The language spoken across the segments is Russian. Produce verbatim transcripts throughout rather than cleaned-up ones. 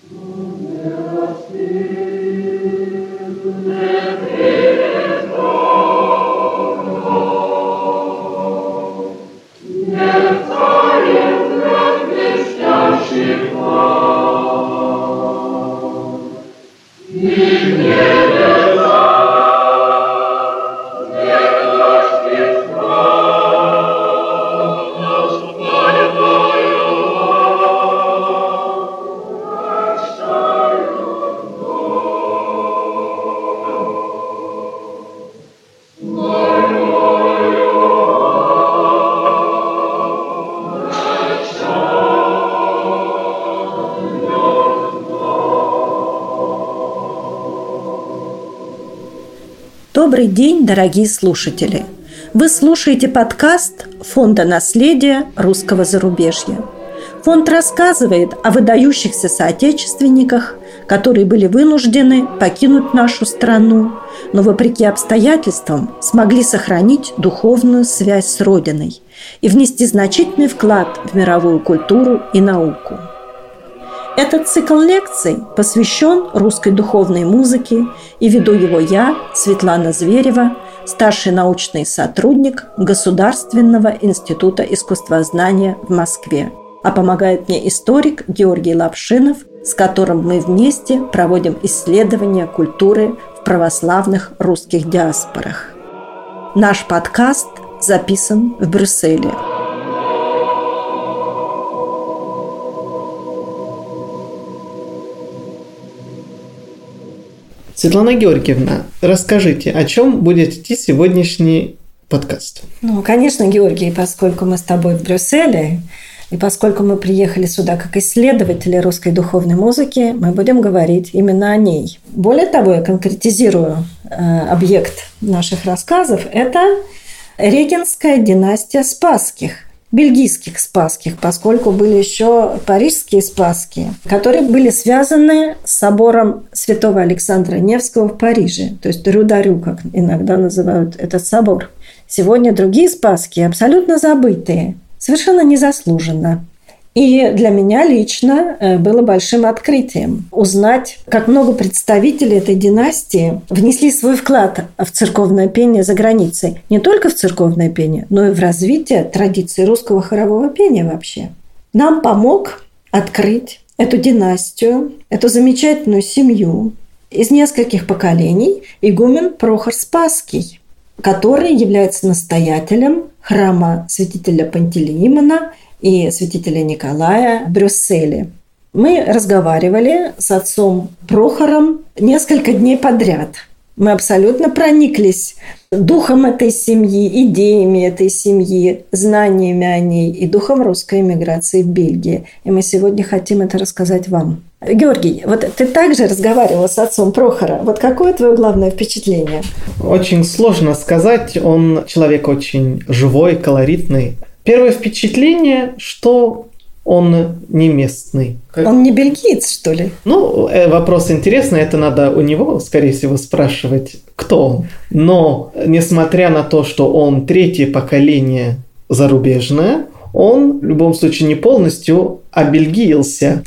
Добрый день, дорогие слушатели! Вы слушаете подкаст Фонда наследия русского зарубежья. Фонд рассказывает о выдающихся соотечественниках, которые были вынуждены покинуть нашу страну, но вопреки обстоятельствам смогли сохранить духовную связь с Родиной и внести значительный вклад в мировую культуру и науку. Этот цикл лекций посвящен русской духовной музыке, и веду его я, Светлана Зверева, старший научный сотрудник Государственного института искусствознания в Москве. А помогает мне историк Георгий Лапшинов, с которым мы вместе проводим исследования культуры в православных русских диаспорах. Наш подкаст записан в Брюсселе. Светлана Георгиевна, расскажите, о чем будет идти сегодняшний подкаст? Ну, конечно, Георгий, поскольку мы с тобой в Брюсселе, и поскольку мы приехали сюда как исследователи русской духовной музыки, мы будем говорить именно о ней. Более того, я конкретизирую э, объект наших рассказов. Это Регенская династия Спасских, бельгийских Спасских, поскольку были еще парижские Спасские, которые были связаны с собором святого Александра Невского в Париже, то есть Рю-д'Арю, как иногда называют этот собор. Сегодня другие Спасские абсолютно забытые, совершенно незаслуженно. И для меня лично было большим открытием узнать, как много представителей этой династии внесли свой вклад в церковное пение за границей. Не только в церковное пение, но и в развитие традиции русского хорового пения вообще. Нам помог открыть эту династию, эту замечательную семью из нескольких поколений игумен Прохор Спасский, который является настоятелем храма святителя Пантелеимона и святителя Николая в Брюсселе. Мы разговаривали с отцом Прохором несколько дней подряд. Мы абсолютно прониклись духом этой семьи, идеями этой семьи, знаниями о ней и духом русской эмиграции в Бельгии. И мы сегодня хотим это рассказать вам. Георгий, вот ты также разговаривал с отцом Прохора. Вот какое твое главное впечатление? Очень сложно сказать. Он человек очень живой, колоритный. Первое впечатление, что он не местный. Он не бельгиец, что ли? Ну, вопрос интересный, это надо у него, скорее всего, спрашивать, кто он. Но, несмотря на то, что он третье поколение зарубежное, он, в любом случае, не полностью обельгиился.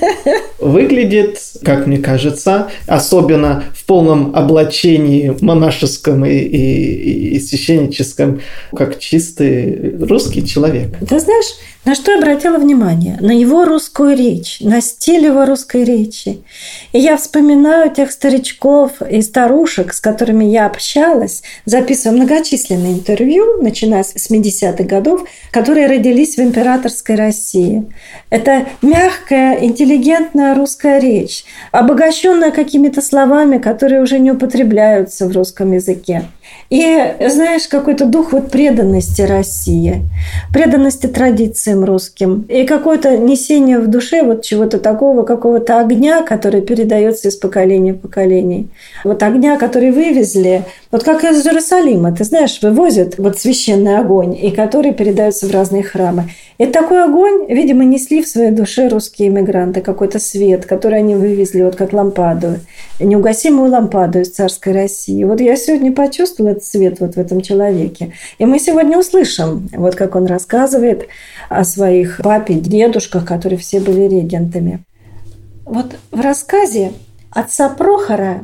Выглядит, как мне кажется, особенно в полном облачении монашеском и, и, и священническом, как чистый русский человек. Ты знаешь, на что я обратила внимание? На его русскую речь, на стиль его русской речи. И я вспоминаю тех старичков и старушек, с которыми я общалась, записывая многочисленные интервью, начиная с семидесятых годов, которые родились в императорской России. Это мягкая, интеллигентная русская речь, обогащенная какими-то словами, которые уже не употребляются в русском языке. И, знаешь, какой-то дух вот преданности России, преданности традициям русским и какое-то несение в душе вот чего-то такого, какого-то огня, который передается из поколения в поколение. Вот огня, который вывезли, вот как из Иерусалима, ты знаешь, вывозят вот священный огонь, и который передается в разные храмы. И такой огонь, видимо, несли в своей душе русские эмигранты, какой-то свет, который они вывезли, вот как лампаду, неугасимую лампаду из царской России. Вот я сегодня почувствовала этот свет вот в этом человеке. И мы сегодня услышим, вот как он рассказывает о своих папе, дедушках, которые все были регентами. Вот в рассказе отца Прохора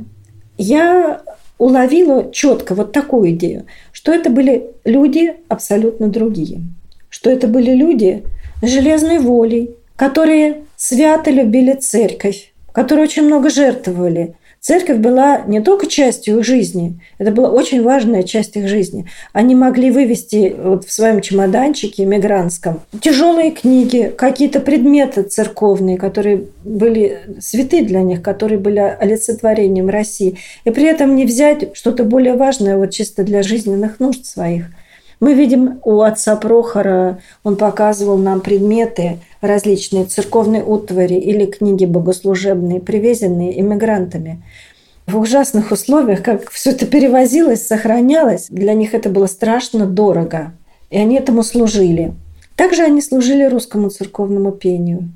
я уловила четко вот такую идею, что это были люди абсолютно другие, что это были люди с железной волей, которые свято любили церковь, которые очень много жертвовали. Церковь была не только частью их жизни, это была очень важная часть их жизни. Они могли вывести вот в своем чемоданчике эмигрантском тяжелые книги, какие-то предметы церковные, которые были святы для них, которые были олицетворением России, и при этом не взять что-то более важное вот чисто для жизненных нужд своих. Мы видим у отца Прохора, он показывал нам предметы, различные церковные утвари или книги богослужебные, привезенные иммигрантами. В ужасных условиях, как все это перевозилось, сохранялось, для них это было страшно дорого. И они этому служили. Также они служили русскому церковному пению.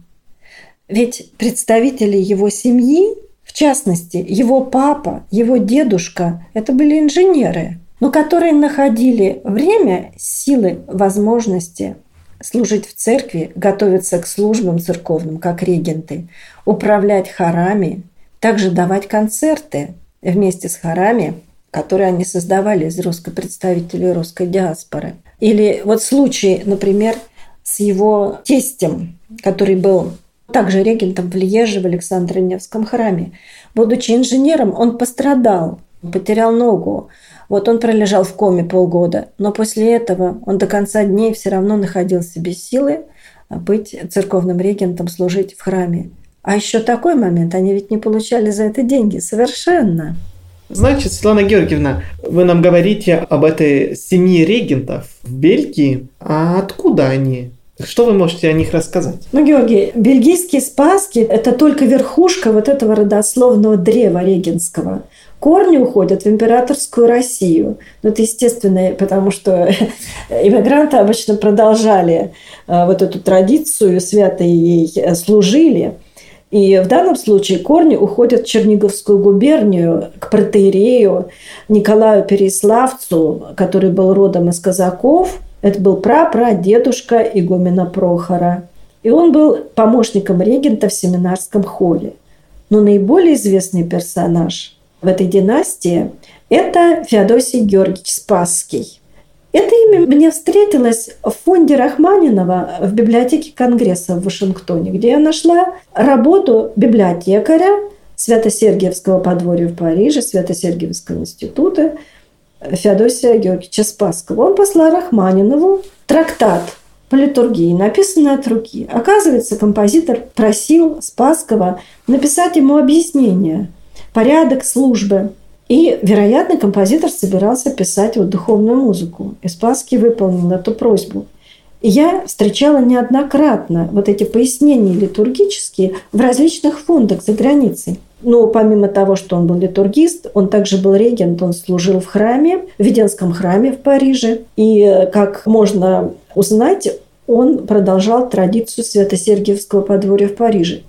Ведь представители его семьи, в частности, его папа, его дедушка, это были инженеры, но которые находили время, силы, возможности служить в церкви, готовиться к службам церковным, как регенты, управлять хорами, также давать концерты вместе с хорами, которые они создавали из русских представителей русской диаспоры. Или вот случай, например, с его тестем, который был также регентом в Льеже, в Александро-Невском храме. Будучи инженером, он пострадал, потерял ногу. Вот он пролежал в коме полгода, но после этого он до конца дней все равно находил в себе силы быть церковным регентом, служить в храме. А еще такой момент, они ведь не получали за это деньги совершенно. Значит, Светлана Георгиевна, вы нам говорите об этой семье регентов в Бельгии. А откуда они? Что вы можете о них рассказать? Ну, Георгий, бельгийские Спасски – это только верхушка вот этого родословного древа регентского. Корни уходят в императорскую Россию. Ну, это естественно, потому что иммигранты обычно продолжали вот эту традицию, свято ей служили. И в данном случае корни уходят в Черниговскую губернию, к протоиерею Николаю Переяславцу, который был родом из казаков. Это был прапрадедушка игумена Прохора. И он был помощником регента в семинарском холе. Но наиболее известный персонаж в этой династии – это Феодосий Георгиевич Спасский. Это имя мне встретилось в фонде Рахманинова в библиотеке Конгресса в Вашингтоне, где я нашла работу библиотекаря Свято-Сергиевского подворья в Париже, Свято-Сергиевского института Феодосия Георгиевича Спасского. Он послал Рахманинову трактат по литургии, написанный от руки. Оказывается, композитор просил Спасского написать ему объяснение, порядок службы. И, вероятно, композитор собирался писать вот духовную музыку. И Спасский выполнил эту просьбу. И я встречала неоднократно вот эти пояснения литургические в различных фондах за границей. Но помимо того, что он был литургист, он также был регент, он служил в храме, в Веденском храме в Париже. И, как можно узнать, он продолжал традицию Свято-Сергиевского подворья в Париже.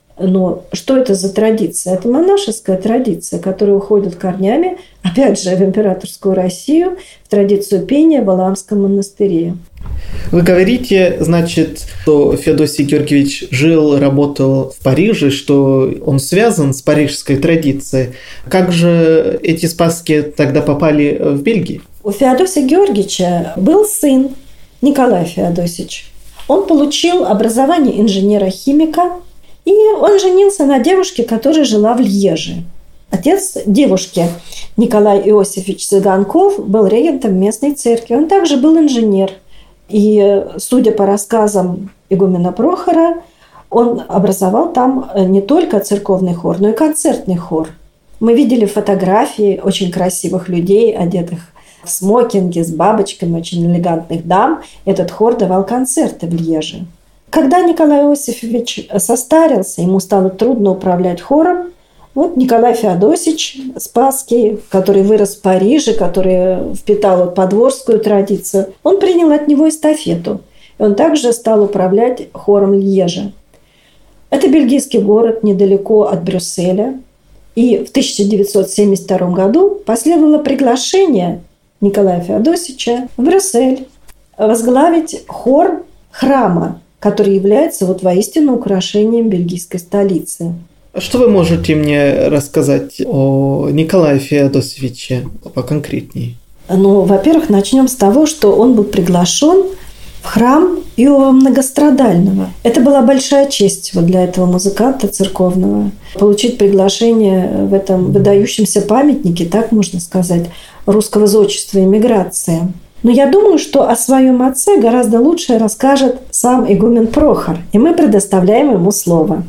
Но что это за традиция? Это монашеская традиция, которая уходит корнями, опять же, в императорскую Россию, в традицию пения в Валаамском монастыре. Вы говорите, значит, что Феодосий Георгиевич жил, работал в Париже, что он связан с парижской традицией. Как же эти Спасские тогда попали в Бельгию? У Феодосия Георгиевича был сын Николай Феодосич. Он получил образование инженера-химика, и он женился на девушке, которая жила в Льеже. Отец девушки, Николай Иосифович Цыганков, был регентом местной церкви. Он также был инженер. И, судя по рассказам игумена Прохора, он образовал там не только церковный хор, но и концертный хор. Мы видели фотографии очень красивых людей, одетых в смокинге, с бабочками, очень элегантных дам. Этот хор давал концерты в Льеже. Когда Николай Иосифович состарился, ему стало трудно управлять хором, вот Николай Феодосич Спасский, который вырос в Париже, который впитал подворскую традицию, он принял от него эстафету. И он также стал управлять хором Льежа. Это бельгийский город недалеко от Брюсселя. И в тысяча девятьсот семьдесят втором году последовало приглашение Николая Феодосича в Брюссель возглавить хор храма, который является вот воистину украшением бельгийской столицы. Что вы можете мне рассказать о Николае Феодосовиче поконкретнее? Ну, во-первых, начнем с того, что он был приглашен в храм Иова Многострадального. Это была большая честь вот для этого музыканта церковного. Получить приглашение в этом выдающемся памятнике, так можно сказать, русского зодчества и миграции. Но я думаю, что о своем отце гораздо лучше расскажет сам игумен Прохор, и мы предоставляем ему слово.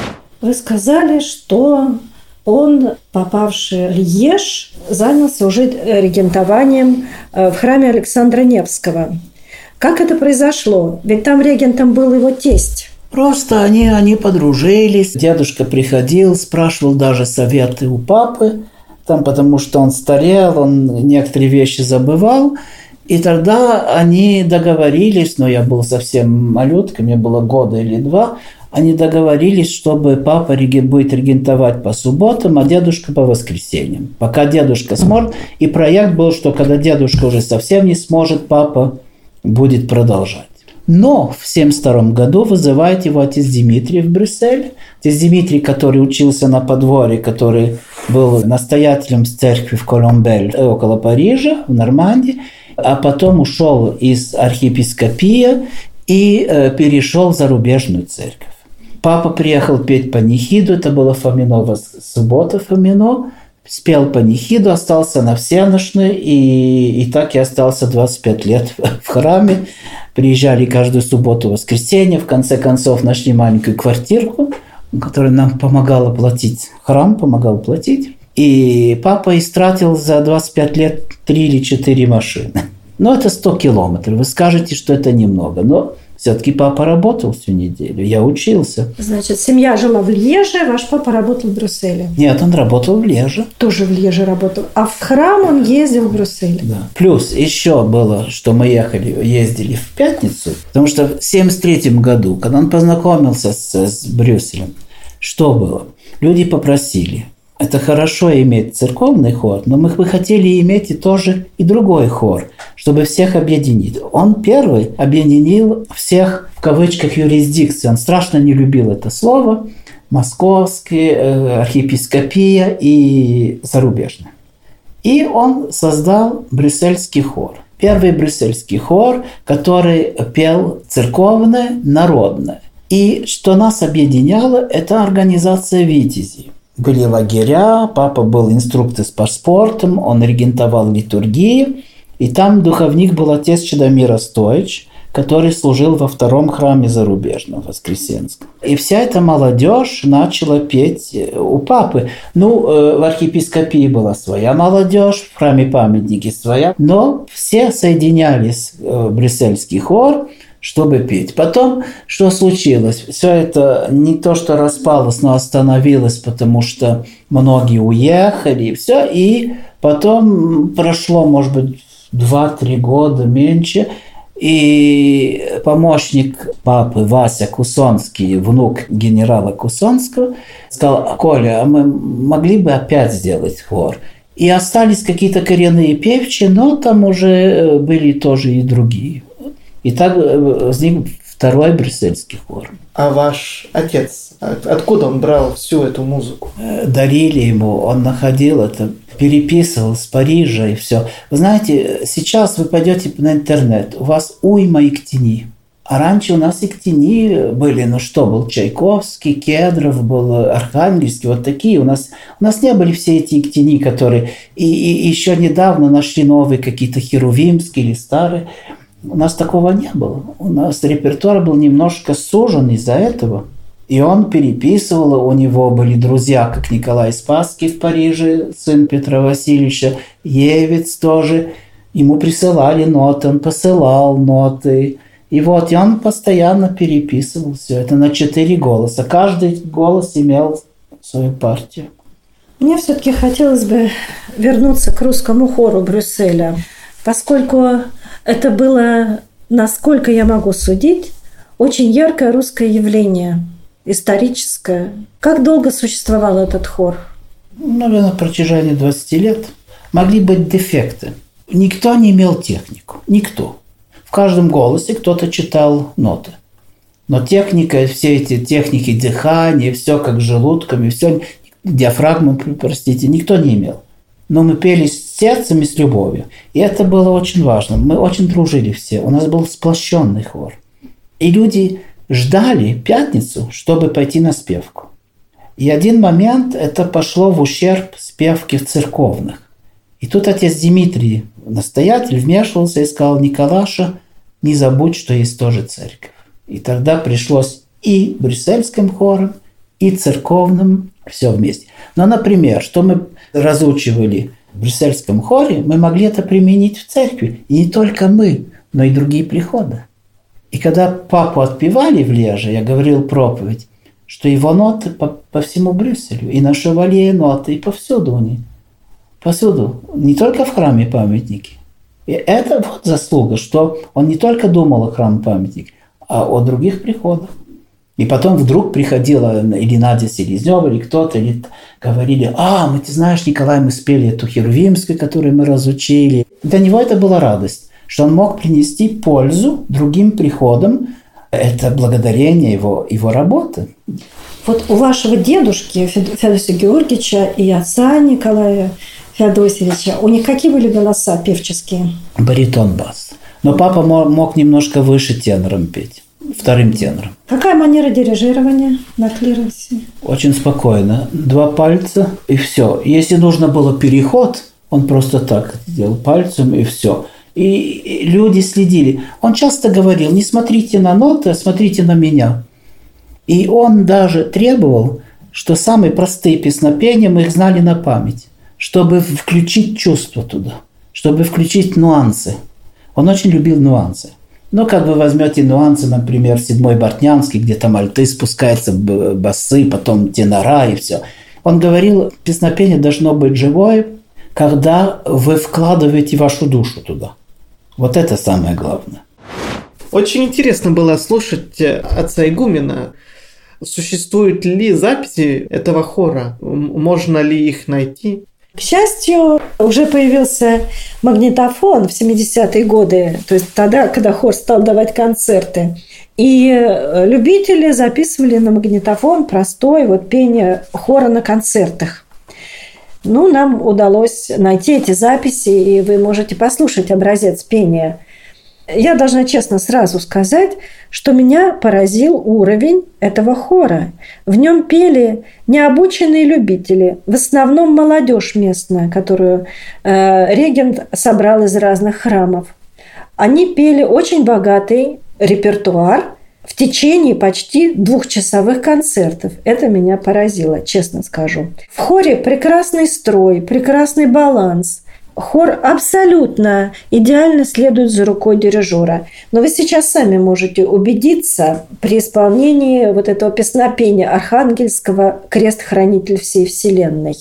Вы сказали, что он, попавший в Льеж, занялся уже регентованием в храме Александра Невского. Как это произошло? Ведь там регентом был его тесть. Просто они, они подружились. Дедушка приходил, спрашивал даже советы у папы, там, потому что он старел, он некоторые вещи забывал. И тогда они договорились, но я был совсем малюткой, мне было года или два, они договорились, чтобы папа будет регентовать по субботам, а дедушка по воскресеньям. Пока дедушка сможет. И проект был, что когда дедушка уже совсем не сможет, папа будет продолжать. Но в семьдесят втором году вызывает его отец Дмитрий в Брюссель. Отец Дмитрий, который учился на подворье, который был настоятелем церкви в Коломбель около Парижа, в Нормандии, а потом ушел из архиепископии и э, перешел в зарубежную церковь. Папа приехал петь панихиду, это было Фомино, суббота Фомино, спел панихиду, остался на всенощной, и, и так я остался двадцать пять лет в храме. Приезжали каждую субботу, воскресенье, в конце концов нашли маленькую квартирку, которая нам помогала платить, храм помогал платить. И папа истратил за двадцать пять лет три или четыре машины. Но это сто километров. Вы скажете, что это немного, но все-таки папа работал всю неделю, я учился. Значит, семья жила в Льеже, ваш папа работал в Брюсселе? Нет, он работал в Льеже. Тоже в Льеже работал. А в храм он ездил в Брюсселе? Да. Плюс еще было, что мы ехали, ездили в пятницу, потому что в семьдесят третьем году, когда он познакомился с, с Брюсселем, что было? Люди попросили. Это хорошо иметь церковный хор, но мы бы хотели иметь и тоже и другой хор, чтобы всех объединить. Он первый объединил всех, в кавычках, юрисдикции. Он страшно не любил это слово. Московский, э, архиепископия и зарубежная. И он создал брюссельский хор. Первый брюссельский хор, который пел церковное, народное. И что нас объединяло, это организация витязей. Были лагеря, папа был инструктор по спортам, он регентовал литургии, и там духовник был отец Чедомира Стоич, который служил во втором храме зарубежном, Воскресенском. И вся эта молодежь начала петь у папы. Ну, в архиепископии была своя молодежь, в храме памятники своя, но все соединялись в брюссельский хор, чтобы петь. Потом, что случилось? Все это не то, что распалось, но остановилось, потому что многие уехали, и все. И потом прошло, может быть, два-три года, меньше, и помощник папы Вася Кусонский, внук генерала Кусонского, сказал: Коля, а мы могли бы опять сделать хор? И остались какие-то коренные певчие, но там уже были тоже и другие. И так возник второй брюссельский хор. А ваш отец, откуда он брал всю эту музыку? Дарили ему, он находил это, переписывал с Парижа и все. Вы знаете, сейчас вы пойдете на интернет, у вас уйма иктини. А раньше у нас иктини были, ну что, был Чайковский, Кедров, был Архангельский, вот такие. У нас, у нас не были все эти иктини, которые... И, и еще недавно нашли новые какие-то херувимские или старые. У нас такого не было. У нас репертуар был немножко сужен из-за этого. И он переписывал, у него были друзья, как Николай Спасский в Париже, сын Петра Васильевича, Евец тоже. Ему присылали ноты, он посылал ноты. И вот, и он постоянно переписывал все это на четыре голоса. Каждый голос имел свою партию. Мне все-таки хотелось бы вернуться к русскому хору Брюсселя, поскольку это было, насколько я могу судить, очень яркое русское явление, историческое. Как долго существовал этот хор? Наверное, на протяжении двадцати лет. Могли быть дефекты. Никто не имел технику. Никто. В каждом голосе кто-то читал ноты. Но техника, все эти техники дыхания, все как желудками, все диафрагму, простите, никто не имел. Но мы пели с сердцем и с любовью. И это было очень важно. Мы очень дружили все. У нас был сплощенный хор. И люди ждали пятницу, чтобы пойти на спевку. И один момент это пошло в ущерб спевки в церковных. И тут отец Дмитрий, настоятель, вмешивался и сказал: Николаша, не забудь, что есть тоже церковь. И тогда пришлось и брюссельским хором, и церковным все вместе. Но, например, что мы разучивали в брюссельском хоре, мы могли это применить в церкви. И не только мы, но и другие приходы. И когда папу отпевали в Леже, я говорил проповедь, что его ноты по, по всему Брюсселю, и на Шевалье ноты, и повсюду они. Повсюду. Не только в храме памятники. И это вот заслуга, что он не только думал о храме памятники, а о других приходах. И потом вдруг приходила или Надя Селезнева, или кто-то, или говорили: а, мы, ты знаешь, Николай, мы спели эту Херувимскую, которую мы разучили. Для него это была радость, что он мог принести пользу другим приходам. Это благодарение его, его работы. Вот у вашего дедушки Феодосия Георгиевича и отца Николая Феодосевича, у них какие были голоса певческие? Баритон-бас. Но папа мог немножко выше тенором петь, вторым тенором. Какая манера дирижирования на клиросе? Очень спокойно. Два пальца и все. Если нужно было переход, он просто так делал пальцем и все. И люди следили. Он часто говорил: не смотрите на ноты, а смотрите на меня. И он даже требовал, что самые простые песнопения мы их знали на память, чтобы включить чувства туда, чтобы включить нюансы. Он очень любил нюансы. Но как вы возьмете нюансы, например, седьмой Бортнянский, где там альты спускаются, басы, потом тенора и все. Он говорил, песнопение должно быть живое, когда вы вкладываете вашу душу туда. Вот это самое главное. Очень интересно было слушать отца игумена. Существуют ли записи этого хора? Можно ли их найти? К счастью, уже появился магнитофон в семидесятые годы, то есть тогда, когда хор стал давать концерты. И любители записывали на магнитофон простое вот пение хора на концертах. Ну, нам удалось найти эти записи, и вы можете послушать образец пения. Я должна честно сразу сказать, что меня поразил уровень этого хора. В нем пели необученные любители, в основном молодежь местная, которую э, регент собрал из разных храмов. Они пели очень богатый репертуар в течение почти двухчасовых концертов. Это меня поразило, честно скажу. В хоре прекрасный строй, прекрасный баланс. Хор абсолютно идеально следует за рукой дирижера. Но вы сейчас сами можете убедиться при исполнении вот этого песнопения архангельского «Крест-хранитель всей вселенной».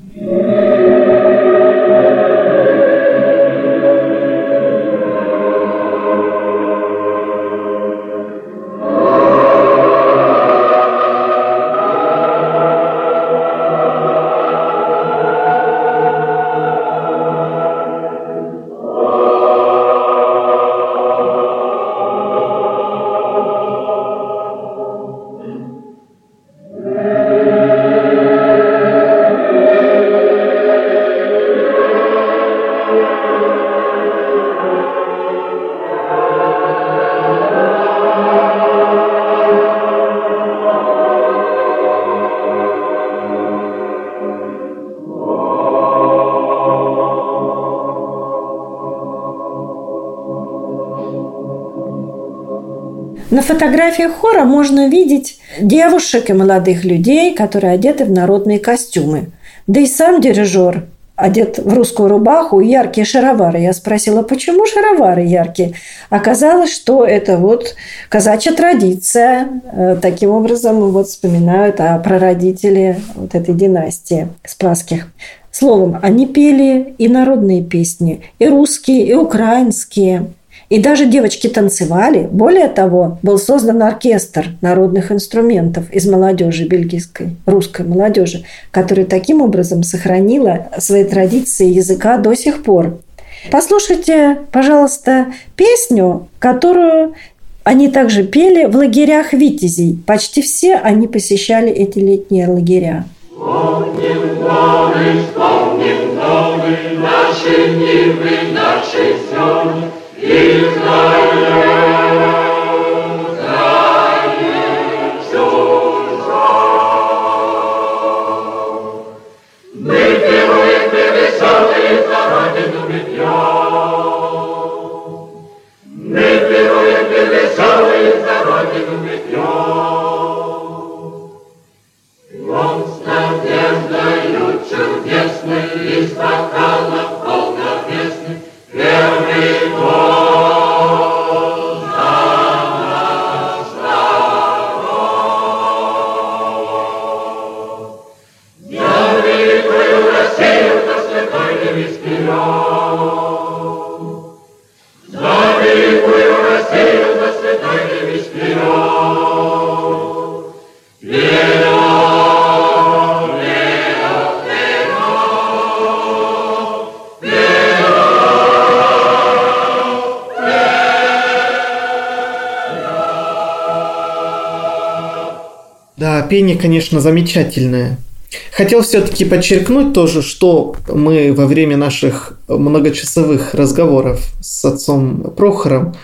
На фотографиях хора можно видеть девушек и молодых людей, которые одеты в народные костюмы. Да и сам дирижер одет в русскую рубаху и яркие шаровары. Я спросила, почему шаровары яркие? Оказалось, что это вот казачья традиция. Таким образом, вот вспоминают о прародителе вот этой династии Спасских. Словом, они пели и народные песни, и русские, и украинские. И даже девочки танцевали. Более того, был создан оркестр народных инструментов из молодежи бельгийской, русской молодежи, которая таким образом сохранила свои традиции языка до сих пор. Послушайте, пожалуйста, песню, которую Они также пели в лагерях витязей. Почти все они посещали эти летние лагеря. Помним горы, помним горы, наши нивы, наши зерны, Израиль. Да, пение, конечно, замечательное. Хотел все-таки подчеркнуть тоже, что мы во время наших многочасовых разговоров с отцом Прохором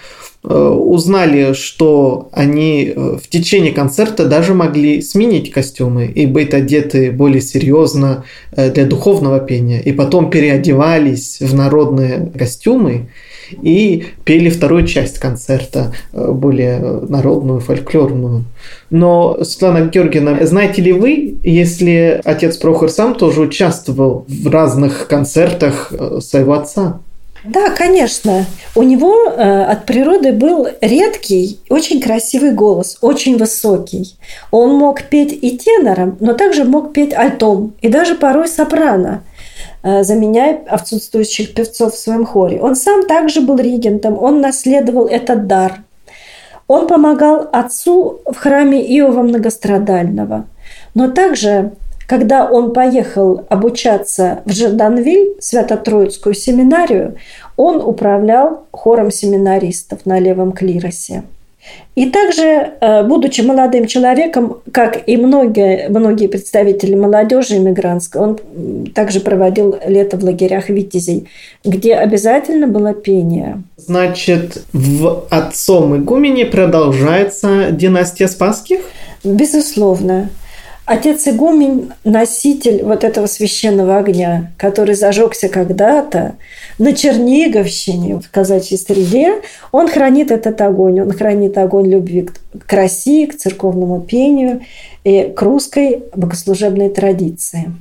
узнали, что они в течение концерта даже могли сменить костюмы и быть одеты более серьезно для духовного пения, и потом переодевались в народные костюмы и пели вторую часть концерта, более народную, фольклорную. Но, Светлана Георгиевна, знаете ли вы, если отец Прохор сам тоже участвовал в разных концертах своего отца? Да, конечно. У него э, от природы был редкий, очень красивый голос, очень высокий. Он мог петь и тенором, но также мог петь альтом и даже порой сопрано, э, заменяя отсутствующих певцов в своем хоре. Он сам также был регентом, он наследовал этот дар. Он помогал отцу в храме Иова Многострадального. Но также, когда он поехал обучаться в Жданвиль, Свято-Троицкую семинарию, он управлял хором семинаристов на левом клиросе. И также, будучи молодым человеком, как и многие, многие представители молодежи иммигрантской, он также проводил лето в лагерях витязей, где обязательно было пение. Значит, в отцом игумене продолжается династия Спасских? Безусловно. Отец игумен – носитель вот этого священного огня, который зажегся когда-то на Черниговщине, в казачьей среде. Он хранит этот огонь, он хранит огонь любви к России, к церковному пению и к русской богослужебной традиции.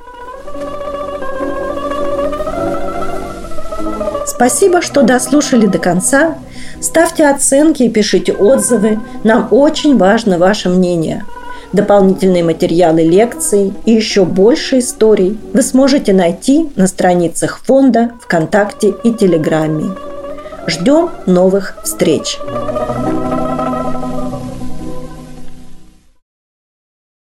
Спасибо, что дослушали до конца. Ставьте оценки и пишите отзывы. Нам очень важно ваше мнение. Дополнительные материалы лекций и еще больше историй вы сможете найти на страницах фонда ВКонтакте и Телеграме. Ждем новых встреч!